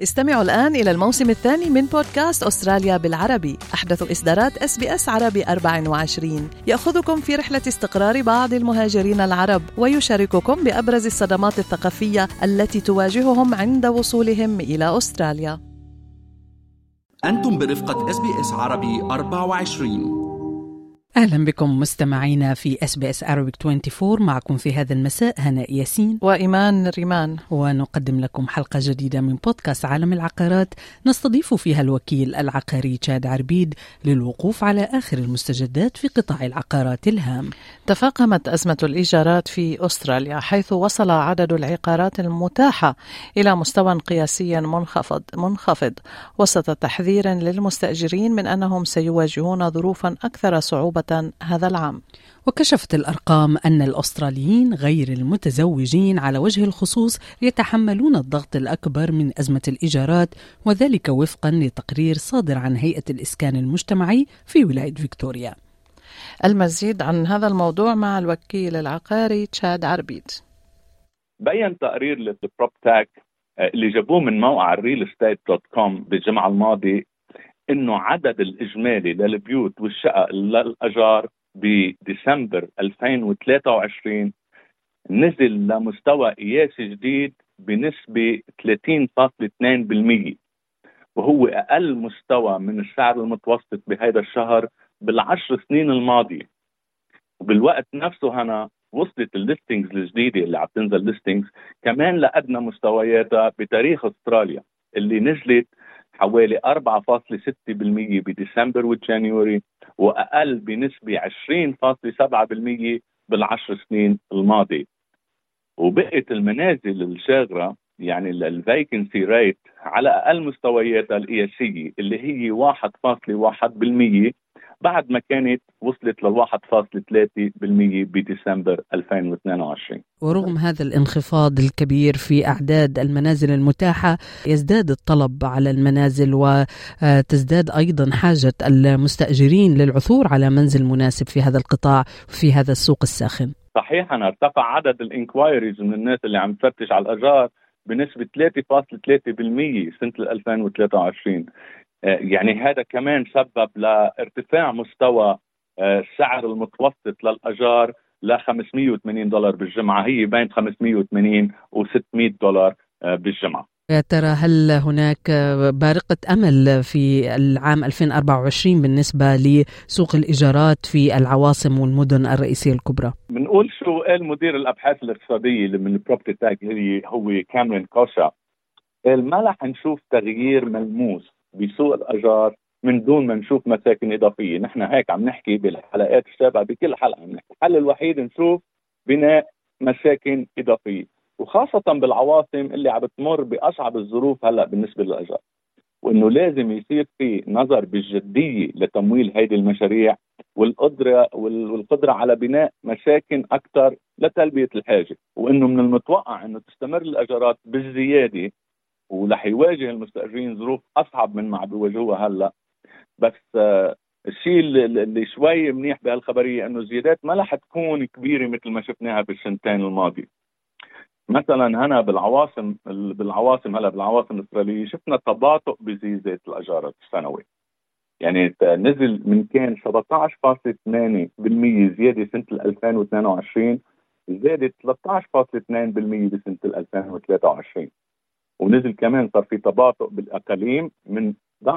استمعوا الآن إلى الموسم الثاني من بودكاست أستراليا بالعربي، أحدث إصدارات SBS عربي 24 يأخذكم في رحلة استقرار بعض المهاجرين العرب ويشارككم بأبرز الصدمات الثقافية التي تواجههم عند وصولهم إلى أستراليا. أنتم برفقة SBS عربي 24. أهلا بكم مستمعينا في SBS Arabic 24. معكم في هذا المساء هناء ياسين وإيمان ريمان، ونقدم لكم حلقة جديدة من بودكاست عالم العقارات نستضيف فيها الوكيل العقاري تشاد عربيد للوقوف على آخر المستجدات في قطاع العقارات الهام. تفاقمت أزمة الإيجارات في أستراليا، حيث وصل عدد العقارات المتاحة إلى مستوى قياسي منخفض وسط تحذير للمستأجرين من أنهم سيواجهون ظروفا أكثر صعوبة هذا العام. وكشفت الأرقام أن الأستراليين غير المتزوجين على وجه الخصوص يتحملون الضغط الأكبر من أزمة الإيجارات، وذلك وفقا لتقرير صادر عن هيئة الإسكان المجتمعي في ولاية فيكتوريا. المزيد عن هذا الموضوع مع الوكيل العقاري تشاد عربيد. بيّن تقرير للبروبتاك اللي جابوه من موقع realestate.com بالجمعة الماضية إنه عدد الإجمالي للبيوت والشقق للأجار بديسمبر 2023 نزل لمستوى قياسي جديد بنسبة 30.2%، وهو أقل مستوى من السعر المتوسط بهذا الشهر بالعشر سنين الماضية. وبالوقت نفسه هنا وصلت الليستينجز الجديدة اللي عم تنزل ليستينجز كمان لأدنى مستوياتها بتاريخ أستراليا، اللي نزلت حوالي 4.6% بديسمبر وجانيوري، وأقل بنسبة 20.7% بالعشر سنين الماضية. وبقت المنازل الشاغرة يعني الفايكنسي ريت على أقل مستوياتها القياسية اللي هي 1.1% بعد ما كانت وصلت لل1.3% بديسمبر 2022. ورغم هذا الانخفاض الكبير في أعداد المنازل المتاحة، يزداد الطلب على المنازل وتزداد أيضا حاجة المستأجرين للعثور على منزل مناسب في هذا القطاع في هذا السوق الساخن. صحيح، أنا ارتفع عدد الانكوايريز من الناس اللي عم تفتش على الأجار بنسبة 3.3% سنة 2023. يعني هذا كمان سبب لارتفاع مستوى السعر المتوسط للأجار ل $580 بالجمعة، هي بين $580 و $600 بالجمعة. يا ترى هل هناك بارقة أمل في العام 2024 بالنسبة لسوق الإيجارات في العواصم والمدن الرئيسية الكبرى؟ بنقول شو قال مدير الأبحاث الاقتصادية من البروبرتي تاك هو كاميرون كوشا، قال ما رح نشوف تغيير ملموس بسوق الأجار من دون ما نشوف مساكن إضافية. نحن هيك عم نحكي بالحلقات السابقة، بكل حلقة عم نحكي الحل الوحيد نشوف بناء مساكن إضافية، وخاصة بالعواصم اللي عم بتمر بأصعب الظروف هلأ بالنسبة للأجار، وإنه لازم يصير في نظر بالجدية لتمويل هذه المشاريع والقدرة على بناء مساكن أكثر لتلبية الحاجة، وإنه من المتوقع إنه تستمر الأجارات بالزيادة، ورح يواجه المستأجرين ظروف أصعب من ما عم بيواجهوها هلا. بس الشيء اللي شوي منيح بهالخبرية إنه الزيادات ما رح تكون كبيرة مثل ما شفناها بالسنتين الماضية. مثلا هنا بالعواصم هلا بالعواصم الإسرائيلية شفنا تباطؤ بزيادة الأجارات السنوي، يعني نزل من كان 17.8% زيادة سنة 2022 زادت 13.2% بسنة 2023، ونزل كمان صار في تباطؤ بالأقاليم من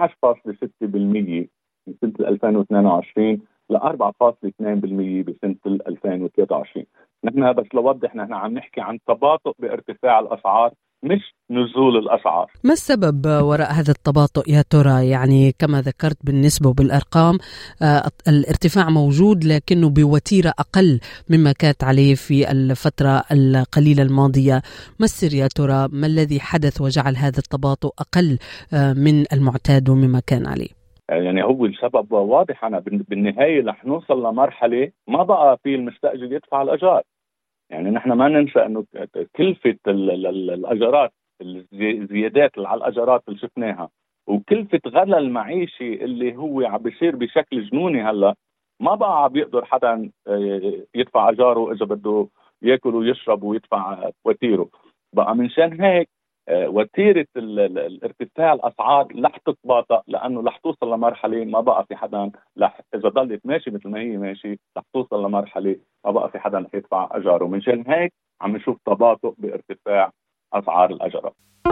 11.6% من سنة 2022 ل 4.2% بسنة 2023. نحن بس لوضح، نحن عم نحكي عن تباطؤ بارتفاع الأسعار مش نزول الأسعار. ما السبب وراء هذا التباطؤ يا ترى؟ يعني كما ذكرت بالنسبة وبالأرقام الارتفاع موجود لكنه بوتيرة أقل مما كانت عليه في الفترة القليلة الماضية. ما السر يا ترى؟ ما الذي حدث وجعل هذا التباطؤ أقل من المعتاد ومما كان عليه؟ يعني هو السبب واضح، أنا بالنهاية رح نوصل لمرحلة ما بقى في المستأجر يدفع الأجار. يعني نحن ما ننسى أنه كلفة الأجارات، الزيادات على الأجارات اللي شفناها وكلفة غلا المعيشي اللي هو عم بيصير بشكل جنوني هلا، ما بقى عم بيقدر حدا يدفع أجاره إذا بده يأكل ويشرب ويدفع وتيره. بقى منشان هيك وتيرة الارتفاع الأسعار رح تتباطأ، لأنه رح توصل لمرحلة ما بقى في حدا إذا ضلت ماشي مثل ما هي ماشي رح توصل لمرحلة ما بقى في حدا رح يدفع أجاره. ومنشان هيك عم نشوف تباطؤ بارتفاع أسعار الأجرة.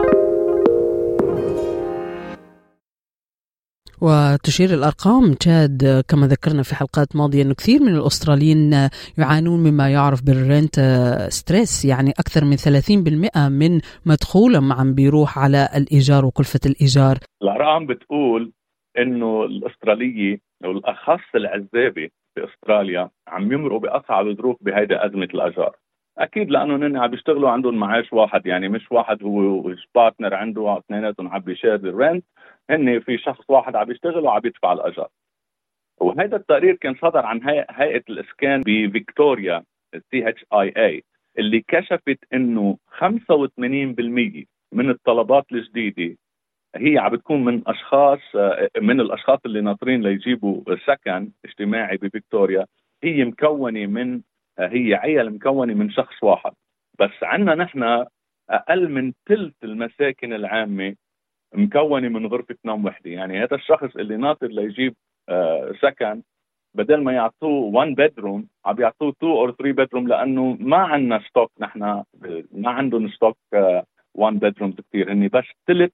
وتشير الأرقام تشاد كما ذكرنا في حلقات ماضية أنه كثير من الأستراليين يعانون مما يعرف بالرنت ستريس، يعني أكثر من 30% من مدخولهم عم بيروح على الإيجار وكلفة الإيجار. الأرقام بتقول أنه الأسترالية والأخص العزابة في أستراليا عم يمرقوا بأصعب ظروف بهيدا أزمة الأجار. أكيد لأنه هن عم بيشتغلوا عندهم معاش واحد، يعني مش واحد هو بارتنر عنده اثنيناتهم عم بيشير الرنت، هن في شخص واحد عم بيشتغل وعم بيدفع الأجار. وهذا التقرير كان صدر عن هيئة الإسكان بفيكتوريا CHIA اللي كشفت إنه 85% من الطلبات الجديدة هي عم بتكون من الأشخاص اللي ناطرين ليجيبوا سكن اجتماعي بفيكتوريا، هي عيال مكونة من شخص واحد بس. عنا نحن أقل من ثلث المساكن العامة مكونة من غرفة نوم وحدة. يعني هذا الشخص اللي ناطر ليجيب سكن بدل ما يعطوه 1 bedroom عم يعطوه 2 or 3 bedroom، لأنه ما عندنا ستوك، نحن ما عندهم ستوك 1 bedroom كتير، هني بس ثلث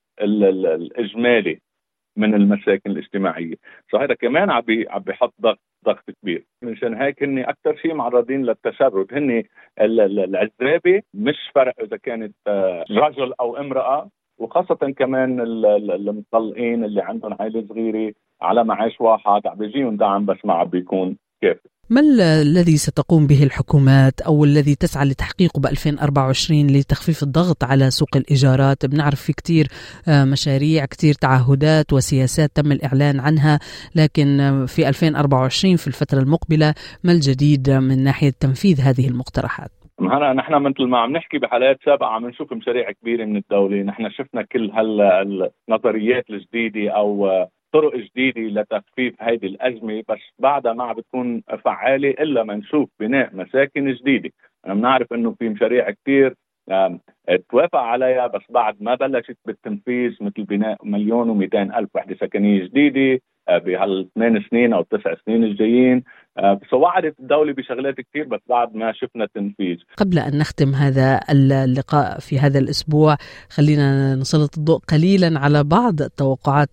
الإجمالي من المساكن الاجتماعية. فهذا كمان عم بيحط ضغط كبير. منشان هيك هن أكثر شيء معرضين للتشرد. هن العزابة مش فرق إذا كانت رجل أو امرأة، وخاصة كمان المطلقين اللي عندهم عائلة صغيرة على معاش واحد عم بيجيهم دعم بس ما عم بيكون كافي. ما الذي ستقوم به الحكومات أو الذي تسعى لتحقيقه ب2024 لتخفيف الضغط على سوق الإيجارات؟ بنعرف في كتير مشاريع، كتير تعهدات وسياسات تم الإعلان عنها، لكن في 2024 في الفترة المقبلة ما الجديد من ناحية تنفيذ هذه المقترحات؟ نحن مثل ما عم نحكي بحلقات سابقة عم نشوف مشاريع كبيرة من الدولة. نحن شفنا كل هالنظريات الجديدة أو طرق جديدة لتخفيف هذه الأزمة، بس بعدها ما بتكون فعالة إلا ما نشوف بناء مساكن جديدة. أنا بنعرف إنه في مشاريع كتير توافق عليها بس بعد ما بلشت بالتنفيذ، مثل بناء 1,200,000 وحدة سكنية جديدة بهال8 سنين أو 9 سنين الجايين. وعدت الدولة بشغلات كتير بس بعد ما شفنا التنفيذ. قبل أن نختم هذا اللقاء في هذا الأسبوع، خلينا نسلط الضوء قليلا على بعض التوقعات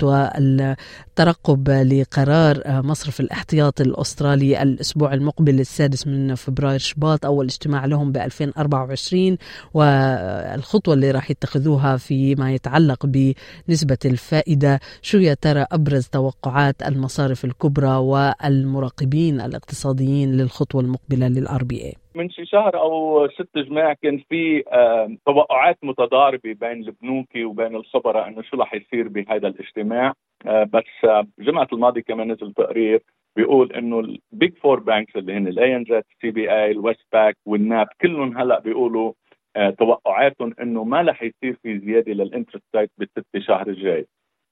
والترقب لقرار مصرف الاحتياطي الأسترالي الأسبوع المقبل 6 من فبراير شباط، أول اجتماع لهم ب2024، والخطوة اللي راح يتخذوها فيما يتعلق بنسبة الفائدة. شو يا ترى أبرز توقعات المصارف الكبرى والمراقبين الاقتصاديين للخطوة المقبلة للRBA؟ من شي شهر أو 6 جماع كان في توقعات متضاربة بين البنوك وبين الخبراء إنه شو رح يصير بهذا الاجتماع. بس جمعة الماضي كمان نزل تقرير بيقول إنه البيج 4 بانكس اللي هن ANZ CBA الويستباك والناب كلهم هلأ بيقولوا توقعاتهم إنه ما رح يصير في زيادة للانترست ريت ب6 شهر الجاي.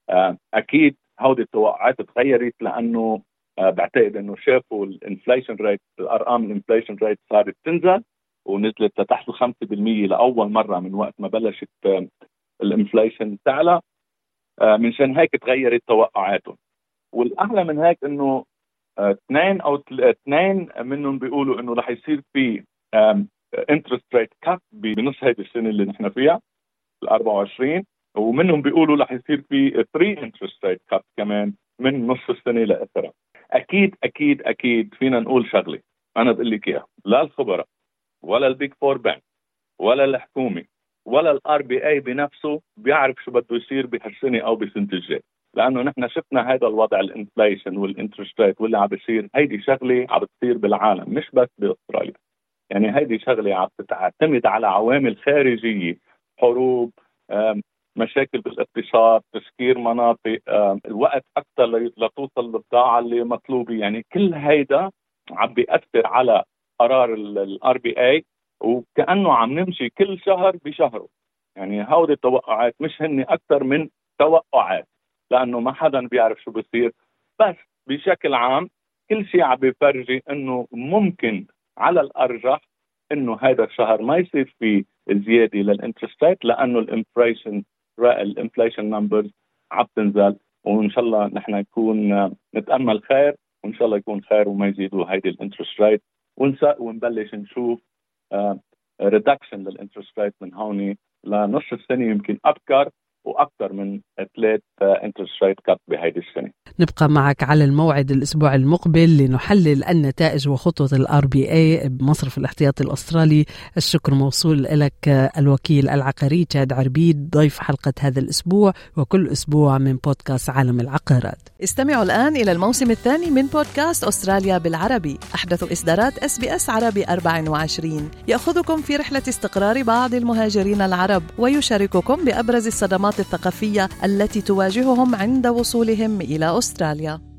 أكيد هودي التوقعات تغيرت لأنه بعتقد انه شافوا الانفليشن ريت، الارقام الانفليشن ريت صارت تنزل ونزلت لتحت 5% لاول مره من وقت ما بلشت الانفليشن تعلى. منشان هيك تغيرت توقعاتهم. والاعلى من هيك انه 2 منهم بيقولوا انه رح يصير في انترست ريت كاب بنص هذه السنه اللي نحن فيها 24، ومنهم بيقولوا رح يصير في 3 انترست ريت كاب كمان من نص السنه لاخرها. أكيد أكيد أكيد فينا نقول شغلة أنا بقول لك إياها، لا الخبراء ولا البيج 4 بانك ولا الحكومة ولا الRBA بنفسه بيعرف شو بده يصير بهالسنة أو بسنة الجاي، لأنه نحن شفنا هذا الوضع الانفليشن والانترست ريت واللي عم بيصير. هيدي شغلة عم بتصير بالعالم مش بس بأستراليا. يعني هيدي شغلة عم تعتمد على عوامل خارجية، حروب، مشاكل بالاقتصاد، تسكير مناطق، الوقت أكثر لتوصل للبضاعة اللي مطلوبة. يعني كل هيدا عم بيأثر على قرار الRBA، وكأنه عم نمشي كل شهر بشهره. يعني هودي التوقعات مش هن أكثر من توقعات، لأنه ما حدا بيعرف شو بيصير، بس بشكل عام كل شيء عم بيفرجي إنه ممكن على الأرجح إنه هذا الشهر ما يصير فيه زيادة للإنترست ريت، لأنه الانفليشن نمبرز عم تنزل، وإن شاء الله نحن نكون نتأمل خير، وإن شاء الله يكون خير وما يزيدوا هيدي الانترست ريت، ونبلش نشوف ريدكشن للانترست ريت من هون لنص السنة، يمكن أكثر من 3 انترست ريت كات بهيدي السنة. نبقى معك على الموعد الأسبوع المقبل لنحلل النتائج وخطوة الRBA بمصرف الاحتياطي الأسترالي. الشكر موصول لك الوكيل العقاري تشاد عربيد، ضيف حلقة هذا الأسبوع وكل أسبوع من بودكاست عالم العقارات. استمعوا الآن إلى الموسم الثاني من بودكاست أستراليا بالعربي، أحدث إصدارات SBS عربي 24، يأخذكم في رحلة استقرار بعض المهاجرين العرب ويشارككم بأبرز الصدمات الثقافية التي تواجههم عند وصولهم إلى أستراليا.